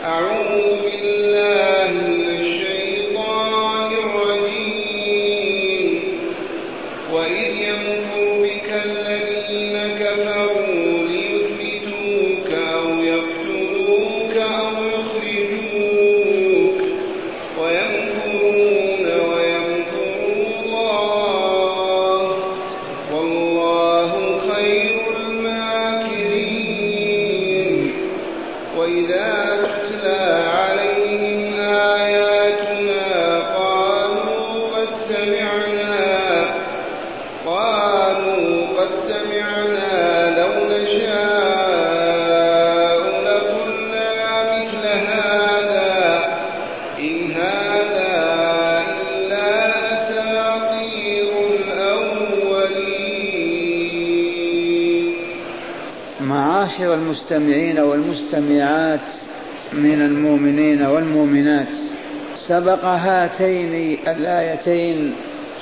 أعوذ بالله من الشيطان الرجيم. وإذ يمكر بك الذين كفروا ليثبتوك أو يقتلوك أو يخرجوك ويمكرون ويمكر الله والله خير الماكرين. وإذا تتلى عليهم آياتنا قالوا قد سمعنا لو نشاء لقلنا مثل هذا إن هذا إلا أساطير الأولين. معاشر المستمعين والمستمعات من المؤمنين والمؤمنات، سبق هاتين الآيتين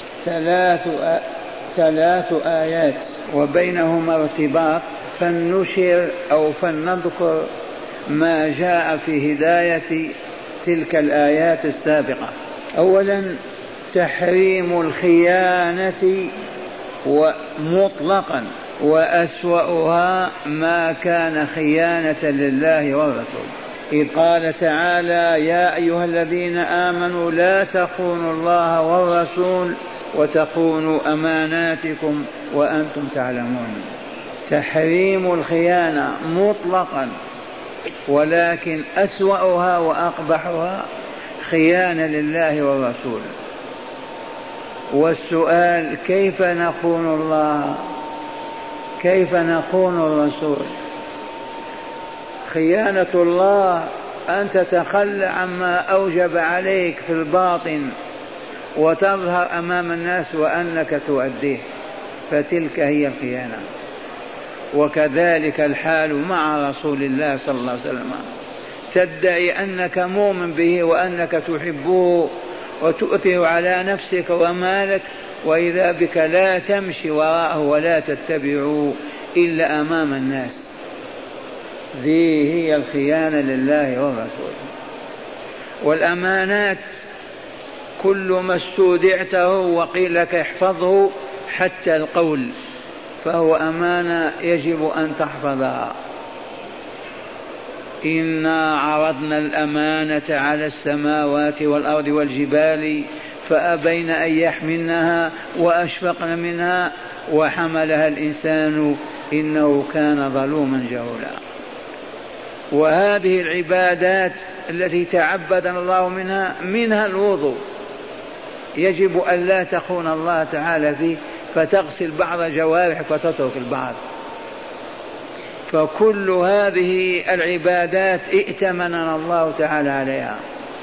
ثلاث آيات وبينهما ارتباط، فلنشر أو فلنذكر ما جاء في هداية تلك الآيات السابقة. أولا تحريم الخيانة مطلقا، وأسوأها ما كان خيانة لله والرسول، إذ قال تعالى يا أيها الذين آمنوا لا تخونوا الله والرسول وتخونوا أماناتكم وأنتم تعلمون. تحريم الخيانة مطلقا، ولكن أسوأها وأقبحها خيانة لله والرسول. والسؤال كيف نخون الله؟ كيف نخون الرسول؟ خيانة الله أن تتخلى عما أوجب عليك في الباطن وتظهر أمام الناس وأنك تؤديه، فتلك هي الخيانة. وكذلك الحال مع رسول الله صلى الله عليه وسلم، تدعي أنك مؤمن به وأنك تحبه وتؤثر على نفسك ومالك، وإذا بك لا تمشي وراءه ولا تتبعه إلا أمام الناس. ذي هي الخيانة لله والرسول. والأمانات كل ما استودعته وقيل لك احفظه حتى القول فهو أمانة يجب أن تحفظها. إنا عرضنا الأمانة على السماوات والأرض والجبال فأبين أن يحملنها وأشفقن منها وحملها الإنسان إنه كان ظلوما جهولا. وهذه العبادات التي تعبدنا الله منها الوضوء، يجب أن لا تخون الله تعالى فيه فتغسل بعض جوارحك وتترك البعض. فكل هذه العبادات ائتمننا الله تعالى عليها،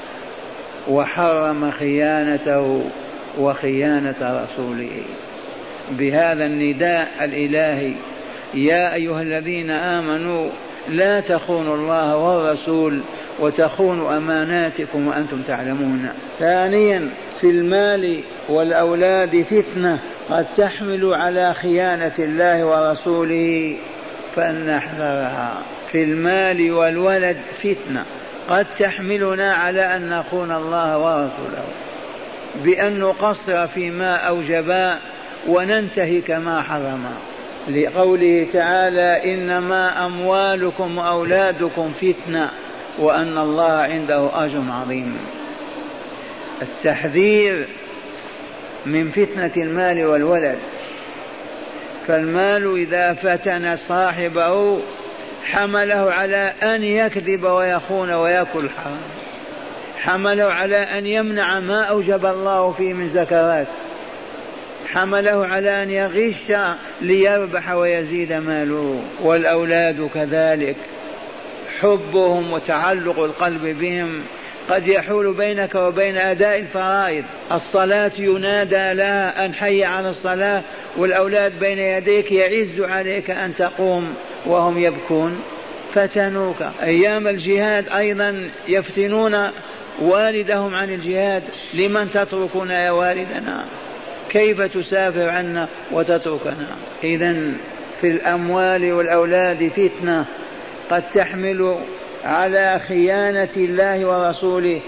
وحرم خيانته وخيانة رسوله بهذا النداء الإلهي يا أيها الذين آمنوا لا تخونوا الله والرسول وتخونوا أماناتكم وأنتم تعلمون. ثانيا في المال والأولاد فتنة قد تحمل على خيانة الله ورسوله فلنحذرها. في المال والولد فتنة قد تحملنا على أن نخون الله ورسوله بأن نقصر فيما أوجبا وننتهك ما حرما، لقوله تعالى إنما أموالكم وأولادكم فتنة وأن الله عنده أجر عظيم. التحذير من فتنة المال والولد. فالمال إذا فتن صاحبه حمله على أن يكذب ويخون ويأكل الحرام، حمله على أن يمنع ما أوجب الله فيه من زكوات، حمله على أن يغش ليربح ويزيد ماله. والأولاد كذلك، حبهم وتعلق القلب بهم قد يحول بينك وبين أداء الفرائض. الصلاة ينادى لها أن حي على الصلاة والأولاد بين يديك يعز عليك أن تقوم وهم يبكون، فتنوك. أيام الجهاد أيضا يفتنون والدهم عن الجهاد، لمن تتركنا يا والدنا؟ كيف تسافر عنا وتتركنا؟ إذن في الأموال والأولاد فتنة قد تحمل على خيانة الله ورسوله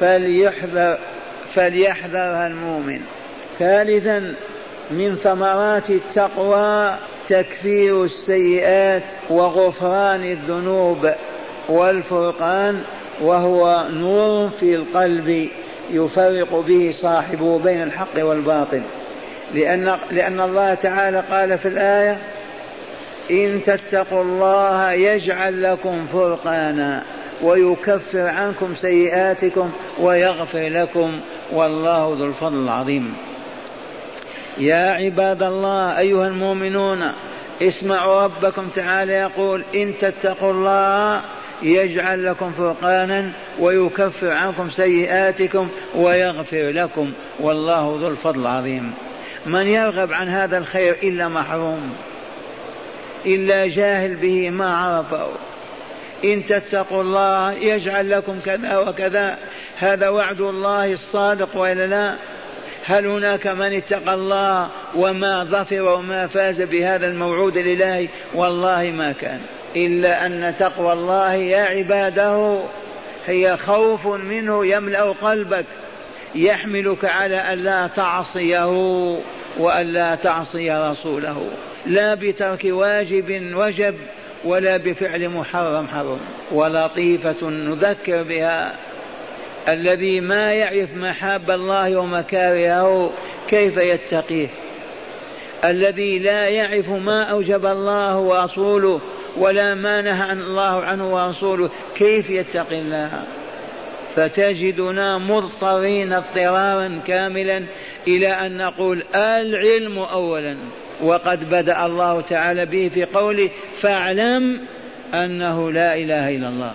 فليحذرها المؤمن. ثالثا من ثمرات التقوى تكفير السيئات وغفران الذنوب والفرقان، وهو نور في القلب يفرق به صاحبه بين الحق والباطل، لأن الله تعالى قال في الآية: إن تتقوا الله يجعل لكم فرقانا ويكفر عنكم سيئاتكم ويغفر لكم والله ذو الفضل العظيم. يا عباد الله أيها المؤمنون، اسمعوا ربكم تعالى يقول: إن تتقوا الله يجعل لكم فرقانا ويكفر عنكم سيئاتكم ويغفر لكم والله ذو الفضل العظيم. من يرغب عن هذا الخير إلا محروم، إلا جاهل به ما عرفه. إن تتقوا الله يجعل لكم كذا وكذا، هذا وعد الله الصادق وإلا لا؟ هل هناك من اتقى الله وما ظفر وما فاز بهذا الموعود الإلهي؟ والله ما كان، إلا أن تقوى الله يا عباده هي خوف منه يملأ قلبك، يحملك على أن لا تعصيه وأن لا تعصي رسوله، لا بترك واجب وجب ولا بفعل محرم حرم. ولطيفة نذكر بها: الذي ما يعرف محاب الله ومكارهه كيف يتقيه؟ الذي لا يعرف ما أوجب الله ورسوله ولا ما نهى عن الله عنه ورسوله كيف يتقي الله؟ فتجدنا مضطرين اضطرارا كاملا إلى أن نقول العلم أولا، وقد بدأ الله تعالى به في قوله: فاعلم أنه لا إله إلا الله.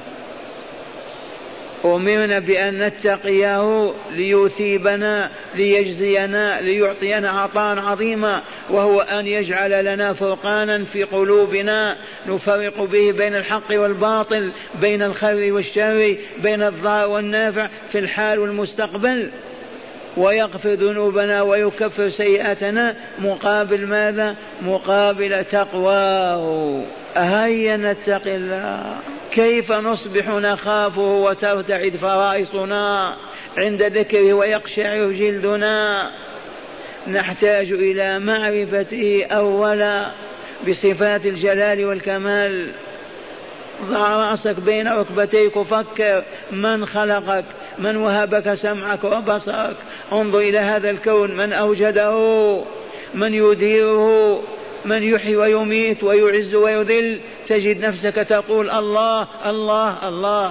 أمرنا بأن نتقيه ليثيبنا ليجزينا ليعطينا عطاء عظيما، وهو أن يجعل لنا فرقانا في قلوبنا نفرق به بين الحق والباطل، بين الخير والشر، بين الضار والنافع في الحال والمستقبل، ويغفر ذنوبنا ويكفر سيئاتنا مقابل ماذا؟ مقابل تقواه. هيا نتقي الله. كيف نصبح نخافه وترتعد فرائصنا عند ذكره ويقشعر جلدنا؟ نحتاج إلى معرفته أولا بصفات الجلال والكمال. ضع رأسك بين ركبتيك وفكر: من خلقك؟ من وهبك سمعك وبصرك؟ انظر إلى هذا الكون، من أوجده؟ من يديره؟ من يحيي ويميت ويعز ويذل؟ تجد نفسك تقول: الله الله الله.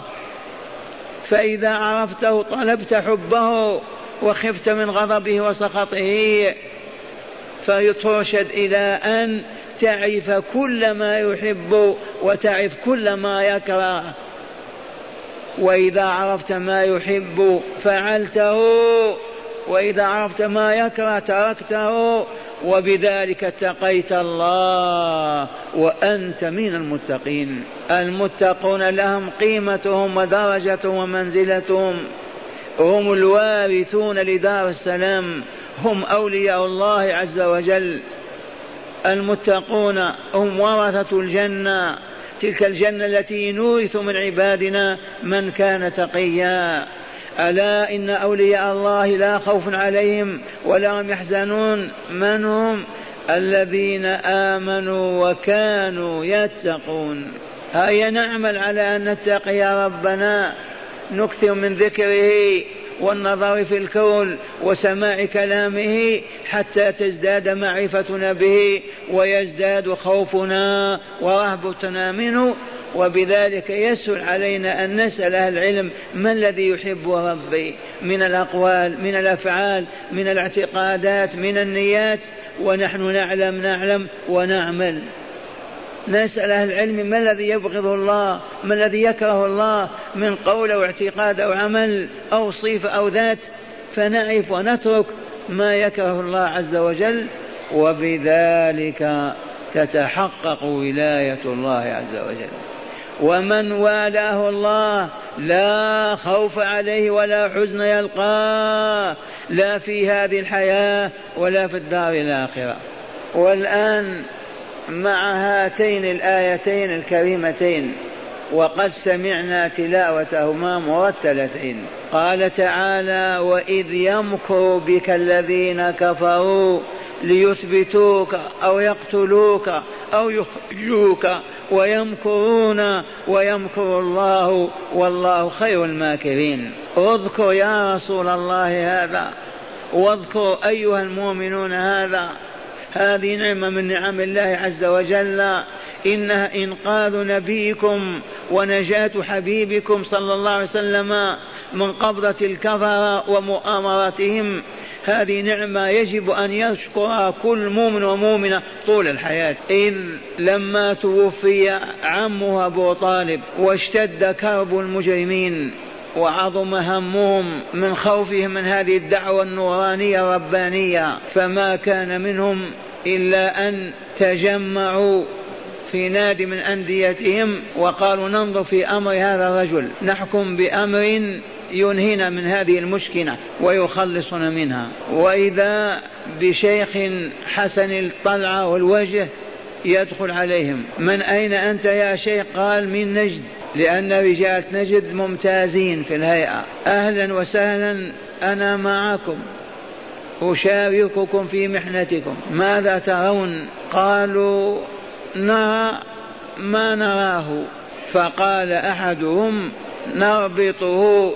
فإذا عرفته طلبت حبه وخفت من غضبه وسخطه، فيترشد إلى أن تعرف كل ما يحب وتعرف كل ما يكره. وإذا عرفت ما يحب فعلته، وإذا عرفت ما يكره تركته، وبذلك اتقيت الله وأنت من المتقين. المتقون لهم قيمتهم ودرجتهم ومنزلتهم، هم الوارثون لدار السلام، هم أولياء الله عز وجل. المتقون هم ورثة الجنة، تلك الجنة التي نورث من عبادنا من كان تقيا. ألا إن أولياء الله لا خوف عليهم ولا هم يحزنون. من هم؟ الذين آمنوا وكانوا يتقون. هيا نعمل على أن نتقي ربنا، نكثر من ذكره والنظر في الكون وسماع كلامه حتى تزداد معرفتنا به ويزداد خوفنا ورهبتنا منه، وبذلك يسهل علينا أن نسأل أهل العلم: ما الذي يحب ربي من الأقوال، من الأفعال، من الاعتقادات، من النيات، ونحن نعلم ونعمل. نسأل أهل العلم: ما الذي يبغض الله، ما الذي يكره الله من قول أو اعتقاد أو عمل أو صفة أو ذات، فنعرف ونترك ما يكره الله عز وجل، وبذلك تتحقق ولاية الله عز وجل. ومن والاه الله لا خوف عليه ولا حزن يلقاه، لا في هذه الحياة ولا في الدار الآخرة. والآن مع هاتين الآيتين الكريمتين وقد سمعنا تلاوتهما مرتلتين. قال تعالى: وإذ يمكر بك الذين كفروا ليثبتوك أو يقتلوك أو يخرجوك ويمكرون ويمكر الله والله خير الماكرين. اذكر يا رسول الله هذا، واذكر أيها المؤمنون هذا. هذه نعمة من نعم الله عز وجل، إنها إنقاذ نبيكم ونجاة حبيبكم صلى الله عليه وسلم من قبضة الكفر ومؤامرتهم. هذه نعمة يجب أن يشكرها كل مؤمن ومؤمنة طول الحياة. إذ لما توفي عمه أبو طالب واشتد كرب المجرمين وعظم همهم من خوفهم من هذه الدعوة النورانية الربانية، فما كان منهم إلا أن تجمعوا في نادي من أنديتهم وقالوا: ننظر في أمر هذا الرجل، نحكم بأمر ينهينا من هذه المشكلة ويخلصنا منها. وإذا بشيخ حسن الطلعة والوجه يدخل عليهم: من أين أنت يا شيخ؟ قال: من نجد، لأن رجال نجد ممتازين في الهيئة. أهلا وسهلا، أنا معكم أشارككم في محنتكم، ماذا ترون؟ قالوا: نرى ما نراه. فقال أحدهم: نربطه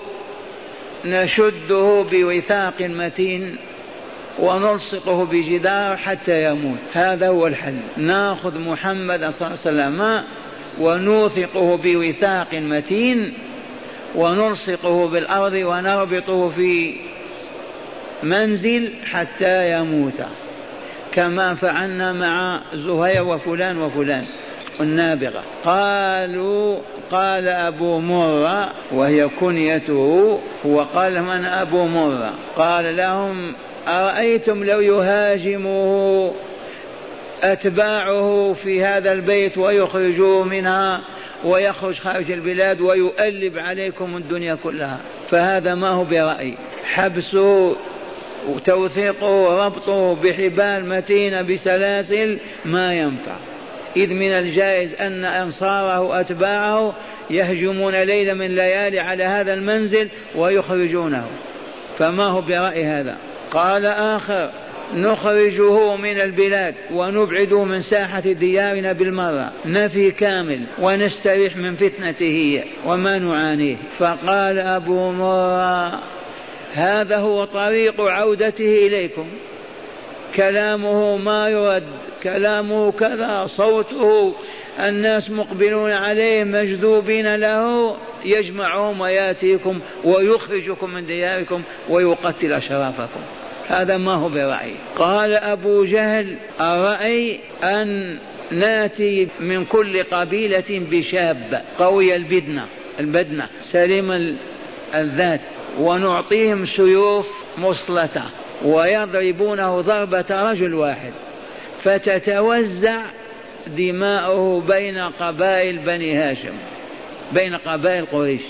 نشده بوثاق متين ونلصقه بجدار حتى يموت، هذا هو الحل. ناخذ محمد صلى الله عليه وسلم ونوثقه بوثاق متين ونلصقه بالأرض ونربطه في منزل حتى يموت، كما فعلنا مع زهير وفلان وفلان النابغة. قال أبو مرة، وهي كنيته، هو قال: من أبو مرة؟ قال لهم: أرأيتم لو يهاجمه أتباعه في هذا البيت ويخرجوه منها ويخرج خارج البلاد ويؤلب عليكم الدنيا كلها؟ فهذا ما هو برأي. حبسه وتوثيقه وربطه بحبال متينة بسلاسل ما ينفع، إذ من الجائز أن أنصاره أتباعه يهجمون ليلة من ليالي على هذا المنزل ويخرجونه، فما هو برأي هذا. قال آخر: نخرجه من البلاد ونبعده من ساحة ديارنا بالمرة، نفي كامل ونستريح من فتنته وما نعانيه. فقال أبو مرة: هذا هو طريق عودته إليكم، كلامه ما يرد، كلامه كذا، صوته الناس مقبلون عليه مجذوبين له، يجمعهم وياتيكم ويخرجكم من دياركم ويقتل أشرافكم. هذا ما هو برأي. قال أبو جهل: الرأي أن ناتي من كل قبيلة بشاب قوي البدنة سليم الذات، ونعطيهم سيوف مصلته ويضربونه ضربة رجل واحد، فتتوزع دماؤه بين قبائل بني هاشم، بين قبائل قريش،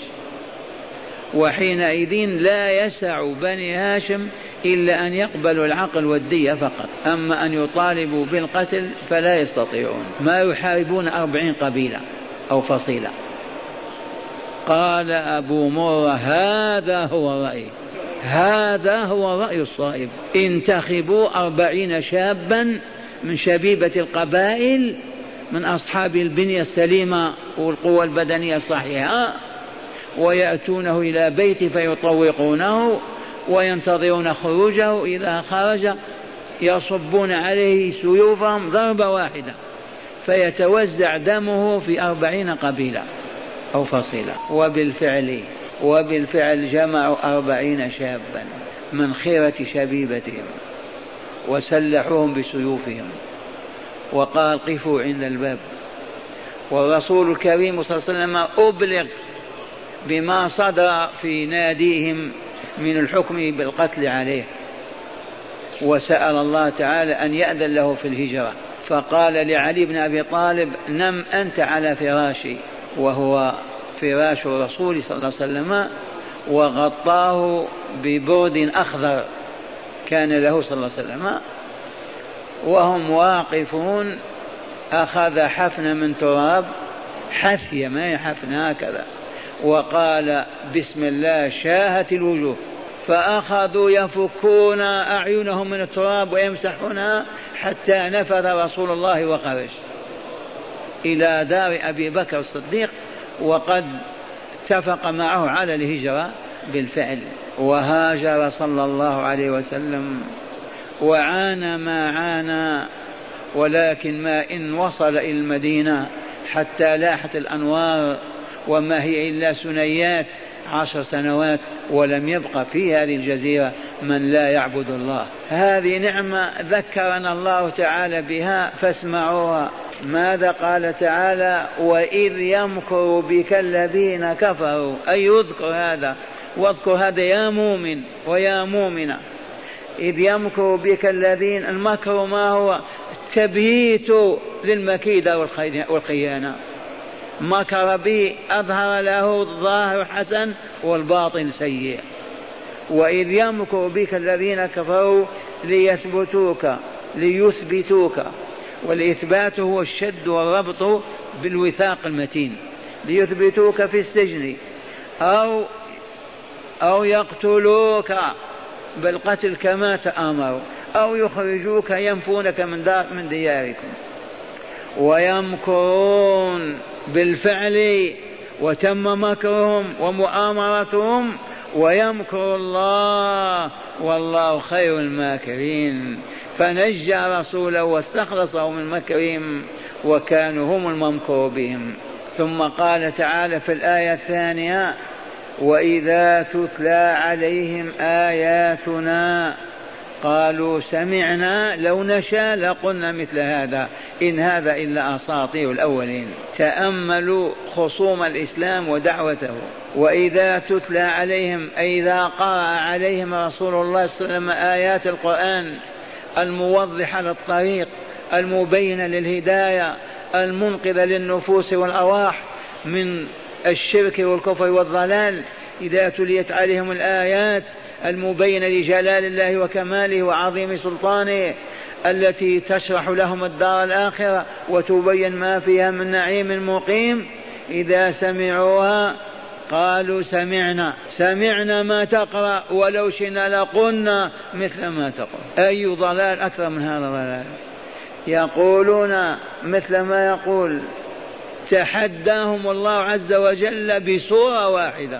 وحينئذ لا يسع بني هاشم إلا أن يقبلوا العقل والدية فقط، أما أن يطالبوا بالقتل فلا يستطيعون، ما يحاربون 40 قبيلة أو فصيلة. قال أبو مرة: هذا هو الرأي، هذا هو الرأي الصائب. انتخبوا 40 شابا من شبيبة القبائل من أصحاب البنية السليمة والقوة البدنية الصحيحة، ويأتونه إلى بيته فيطوقونه وينتظرون خروجه. إذا خرج يصبون عليه سيوفهم ضربة واحدة فيتوزع دمه في 40 قبيلة أو فصيلة. وبالفعل جمعوا 40 شابا من خيرة شبيبتهم وسلحوهم بسيوفهم، وقال: قفوا عند الباب. والرسول الكريم صلى الله عليه وسلم أبلغ بما صدر في ناديهم من الحكم بالقتل عليه، وسأل الله تعالى أن يأذن له في الهجرة، فقال لعلي بن أبي طالب: نم أنت على فراشي، وهو فراش الرسول صلى الله عليه وسلم، وغطاه ببرد أخضر كان له صلى الله عليه وسلم. وهم واقفون أخذ حفنة من تراب حثية ما يحفن هكذا، وقال بسم الله شاهت الوجوه، فأخذوا يفكون أعينهم من التراب ويمسحونها حتى نفذ رسول الله وخرج إلى دار أبي بكر الصديق، وقد اتفق معه على الهجرة بالفعل، وهاجر صلى الله عليه وسلم وعانى ما عانى، ولكن ما إن وصل إلى المدينة حتى لاحت الأنوار وما هي إلا سنيات 10 سنوات، ولم يبق في هذه الجزيرة من لا يعبد الله. هذه نعمة ذكرنا الله تعالى بها فاسمعوها. ماذا قال تعالى؟ وإذ يمكر بك الذين كفروا، أي يذكر هذا، واذكر هذا يا مؤمن ويا مؤمنة. إذ يمكر بك الذين، المكر ما هو؟ التبييت للمكيدة والخيانة، مكر به أظهر له الظاهر حسن والباطن سيء. وإذ يمكر بك الذين كفروا ليثبتوك ليثبتوك، والإثبات هو الشد والربط بالوثاق المتين، ليثبتوك في السجن أو يقتلوك بالقتل كما تآمروا، أو يخرجوك ينفونك من دياركم. ويمكرون بالفعل، وتم مكرهم ومؤامرتهم، ويمكر الله والله خير الماكرين. فنجى رسوله واستخلصه من مكرهم وكانوا هم الممكر بهم. ثم قال تعالى في الآية الثانية وإذا تتلى عليهم آياتنا قالوا سمعنا لو نشاء لقلنا مثل هذا إن هذا إلا أساطير الأولين. تأملوا خصوم الإسلام ودعوته. وإذا تتلى عليهم أي إذا قرأ عليهم رسول الله صلى الله عليه وسلم آيات القرآن الموضحة للطريق المبينة للهداية المنقذة للنفوس والأرواح من الشرك والكفر والضلال، إذا تليت عليهم الآيات المبينة لجلال الله وكماله وعظيم سلطانه التي تشرح لهم الدار الآخرة وتبين ما فيها من نعيم مقيم، إذا سمعوها قالوا سمعنا ما تقرأ ولو شئنا لقلنا مثل ما تقرأ. أي ضلال أكثر من هذا الضلال؟ يقولون مثل ما يقول. تحداهم الله عز وجل بصورة واحدة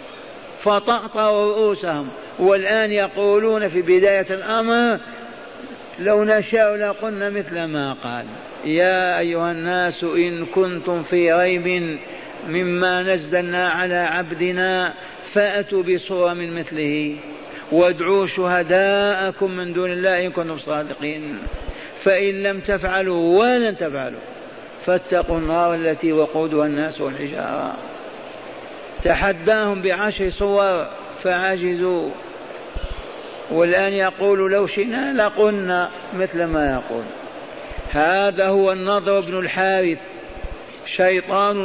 فطأطأوا رؤوسهم، والآن يقولون في بداية الأمر لو نشاء لقلنا مثل ما قال. يا أيها الناس إن كنتم في ريب مما نزلنا على عبدنا فأتوا بصورة من مثله وادعوا شهداءكم من دون الله إن كنتم صادقين، فإن لم تفعلوا ولن تفعلوا فاتقوا النار التي وقودها الناس والحجارة. تحداهم ب10 صور فعجزوا، والآن يقول لو شئنا لقلنا مثل ما يقول. هذا هو النضر بن الحارث شيطان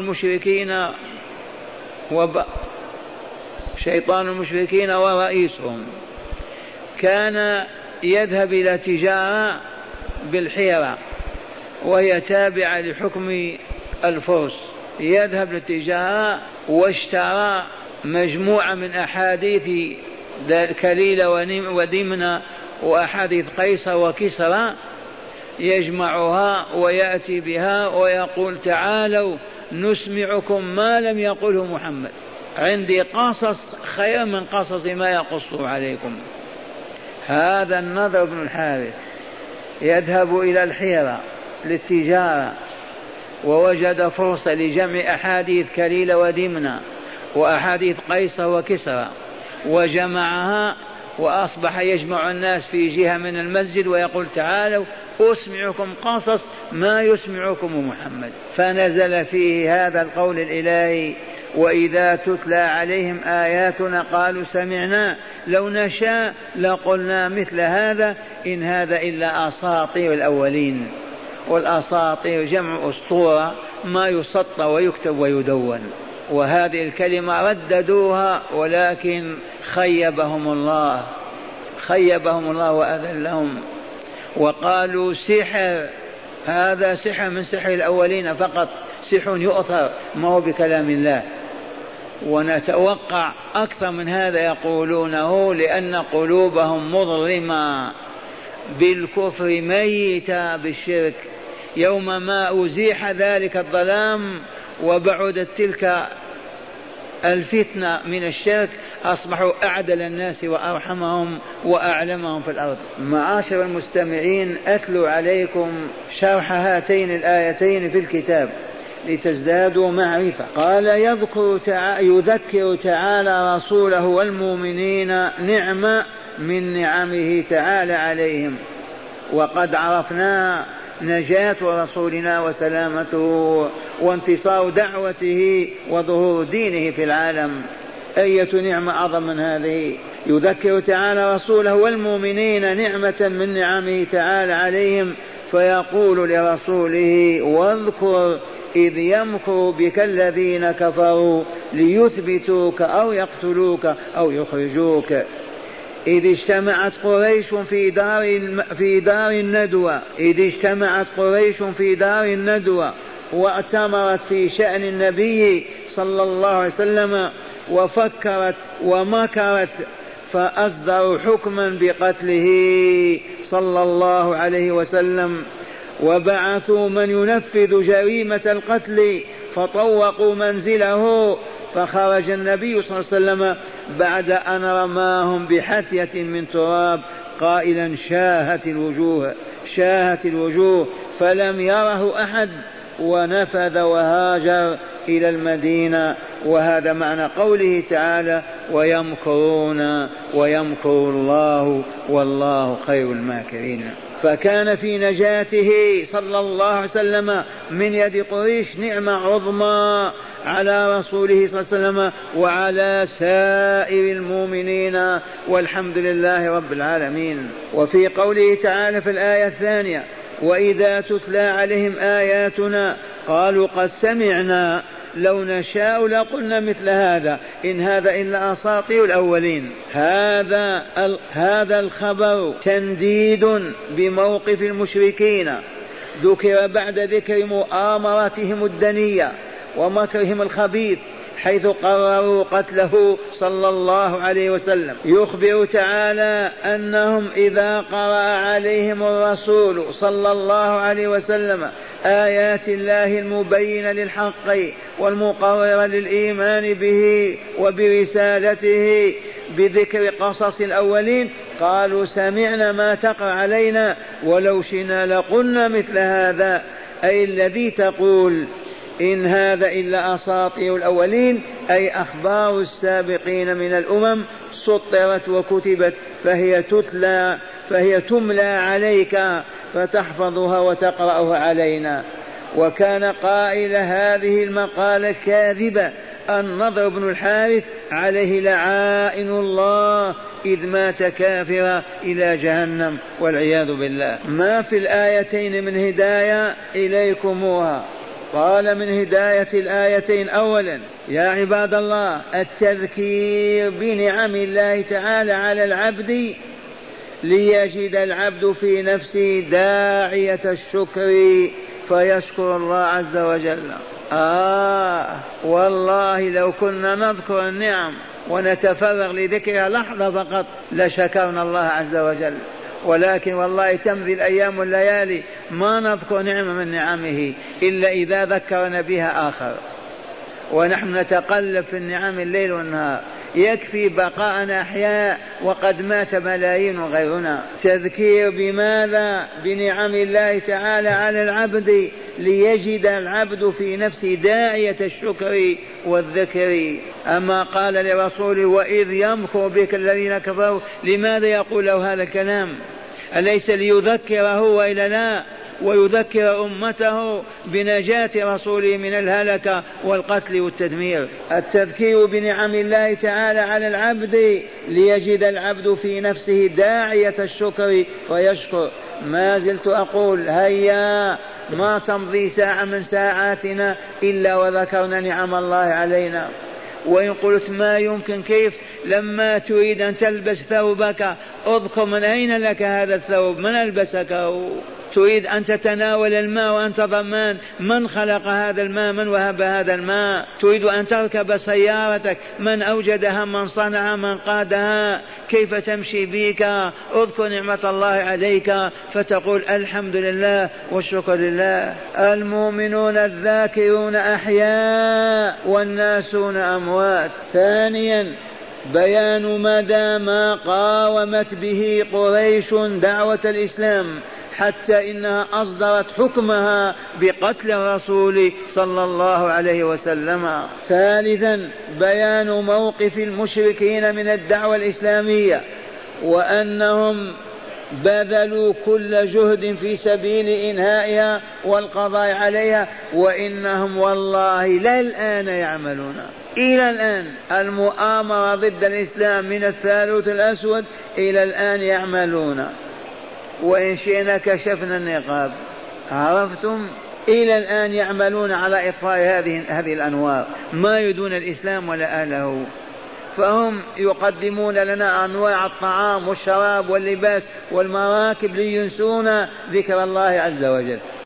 المشركين ورئيسهم. كان يذهب إلى تجارة بالحيرة وهي تابعة لحكم الفرس، يذهب للتجارة واشترى مجموعة من أحاديث كليلة ودمنة وأحاديث قيصر وكسرى، يجمعها ويأتي بها ويقول تعالوا نسمعكم ما لم يقله محمد، عندي قصص خير من قصص ما يقصه عليكم. هذا النضر بن الحارث يذهب إلى الحيرة للتجارة ووجد فرصة لجمع أحاديث كليلة ودمنة وأحاديث قيصر وكسرى، وجمعها وأصبح يجمع الناس في جهة من المسجد ويقول تعالوا أسمعكم قصص ما يسمعكم محمد. فنزل فيه هذا القول الإلهي وإذا تتلى عليهم آياتنا قالوا سمعنا لو نشاء لقلنا مثل هذا إن هذا إلا أساطير الأولين. والأساطير جمع أسطورة ما يسطى ويكتب ويدون، وهذه الكلمة رددوها ولكن خيبهم الله وأذلهم وقالوا سحر، هذا سحر من سحر الأولين فقط، سحر يؤثر ما هو بكلام الله. ونتوقع أكثر من هذا يقولونه، لأن قلوبهم مظلمة بالكفر ميتة بالشرك. يوم ما أزيح ذلك الظلام وبعدت تلك الفتنة من الشرك أصبحوا أعدل الناس وأرحمهم وأعلمهم في الأرض. معاشر المستمعين، أتلو عليكم شرح هاتين الآيتين في الكتاب لتزدادوا معرفة. قال يذكر تعالى رسوله والمؤمنين نعمة من نعمه تعالى عليهم، وقد عرفنا نجاة رسولنا وسلامته وانتصار دعوته وظهور دينه في العالم. أية نعمة أعظم من هذه؟ يذكر تعالى رسوله والمؤمنين نعمة من نعمه تعالى عليهم، فيقول لرسوله: واذكر إذ يمكر بك الذين كفروا ليثبتوك أو يقتلوك أو يخرجوك. إذ اجتمعت قريش في دار الندوة وأتمرت في شأن النبي صلى الله عليه وسلم وفكرت ومكرت، فأصدروا حكما بقتله صلى الله عليه وسلم، وبعثوا من ينفذ جريمة القتل فطوقوا منزله، فخرج النبي صلى الله عليه وسلم بعد أن رماهم بحثية من تراب قائلا: شاهت الوجوه، فلم يره أحد، ونفذ وهاجر إلى المدينة. وهذا معنى قوله تعالى: ويمكرون ويمكر الله والله خير الماكرين. فكان في نجاته صلى الله عليه وسلم من يد قريش نعمة عظمى على رسوله صلى الله عليه وسلم وعلى سائر المؤمنين، والحمد لله رب العالمين. وفي قوله تعالى في الآية الثانية: وإذا تتلى عليهم آياتنا قالوا قد سمعنا لو نشاء لقلنا مثل هذا إن هذا إلا أساطير الأولين. هذا الخبر تنديد بموقف المشركين، ذكر بعد ذكر مؤامراتهم الدنية ومكرهم الخبيث، حيث قرروا قتله صلى الله عليه وسلم. يخبر تعالى أنهم إذا قرأ عليهم الرسول صلى الله عليه وسلم آيات الله المبينة للحق والمقررة للإيمان به وبرسالته بذكر قصص الأولين، قالوا سمعنا ما تقرأ علينا ولو شئنا لقلنا مثل هذا، أي الذي تقول إن هذا إلا أساطير الأولين، أي أخبار السابقين من الأمم سطرت وكتبت فهي تملى عليك فتحفظها وتقرأها علينا. وكان قائل هذه المقالة الكاذبة النضر بن الحارث عليه لعائن الله، إذ مات كافرا إلى جهنم والعياذ بالله. ما في الآيتين من هداية إليكموها. قال من هداية الآيتين: أولا يا عباد الله التذكير بنعم الله تعالى على العبد ليجد العبد في نفسه داعية الشكر فيشكر الله عز وجل. والله لو كنا نذكر النعم ونتفرغ لذكرها لحظة فقط لشكرنا الله عز وجل، ولكن والله تمضي الأيام والليالي ما نذكر نعمة من نعمه إلا إذا ذكرنا بها آخر، ونحن نتقلب في النعم الليل والنهار. يكفي بقاءنا أحياء وقد مات ملايين غيرنا. تذكير بماذا؟ بنعم الله تعالى على العبد ليجد العبد في نفسه داعية الشكر والذكر. أما قال لرسوله: وإذ يمكر بك الذين كفروا، لماذا يقول له هذا الكلام؟ أليس ليذكره وإلا لا؟ ويذكر أمته بنجاة رسوله من الهلكة والقتل والتدمير. التذكير بنعم الله تعالى على العبد ليجد العبد في نفسه داعية الشكر فيشكر. ما زلت أقول هيا ما تمضي ساعة من ساعاتنا إلا وذكرنا نعم الله علينا. وإن قلت ما يمكن، كيف؟ لما تريد أن تلبس ثوبك اذكر من أين لك هذا الثوب، من ألبسكه. تريد أن تتناول الماء وأنت ضمان من خلق هذا الماء، من وهب هذا الماء. تريد أن تركب سيارتك، من أوجدها، من صنعها، من قادها، كيف تمشي بك. اذكر نعمة الله عليك فتقول الحمد لله والشكر لله. المؤمنون الذاكرون أحياء والناسون أموات. ثانيا بيان مدى ما قاومت به قريش دعوة الإسلام حتى إنها أصدرت حكمها بقتل الرسول صلى الله عليه وسلم. ثالثا بيان موقف المشركين من الدعوة الإسلامية وأنهم بذلوا كل جهد في سبيل إنهائها والقضاء عليها، وإنهم والله لا الآن يعملون. إلى الآن المؤامرة ضد الإسلام من الثالوث الأسود إلى الآن يعملون، وإن شئنا كشفنا النقاب. عرفتم؟ إلى الآن يعملون على إطفاء هذه الأنوار، ما يدون الإسلام ولا أهله. فهم يقدمون لنا أنواع الطعام والشراب واللباس والمراكب لينسونا ذكر الله عز وجل.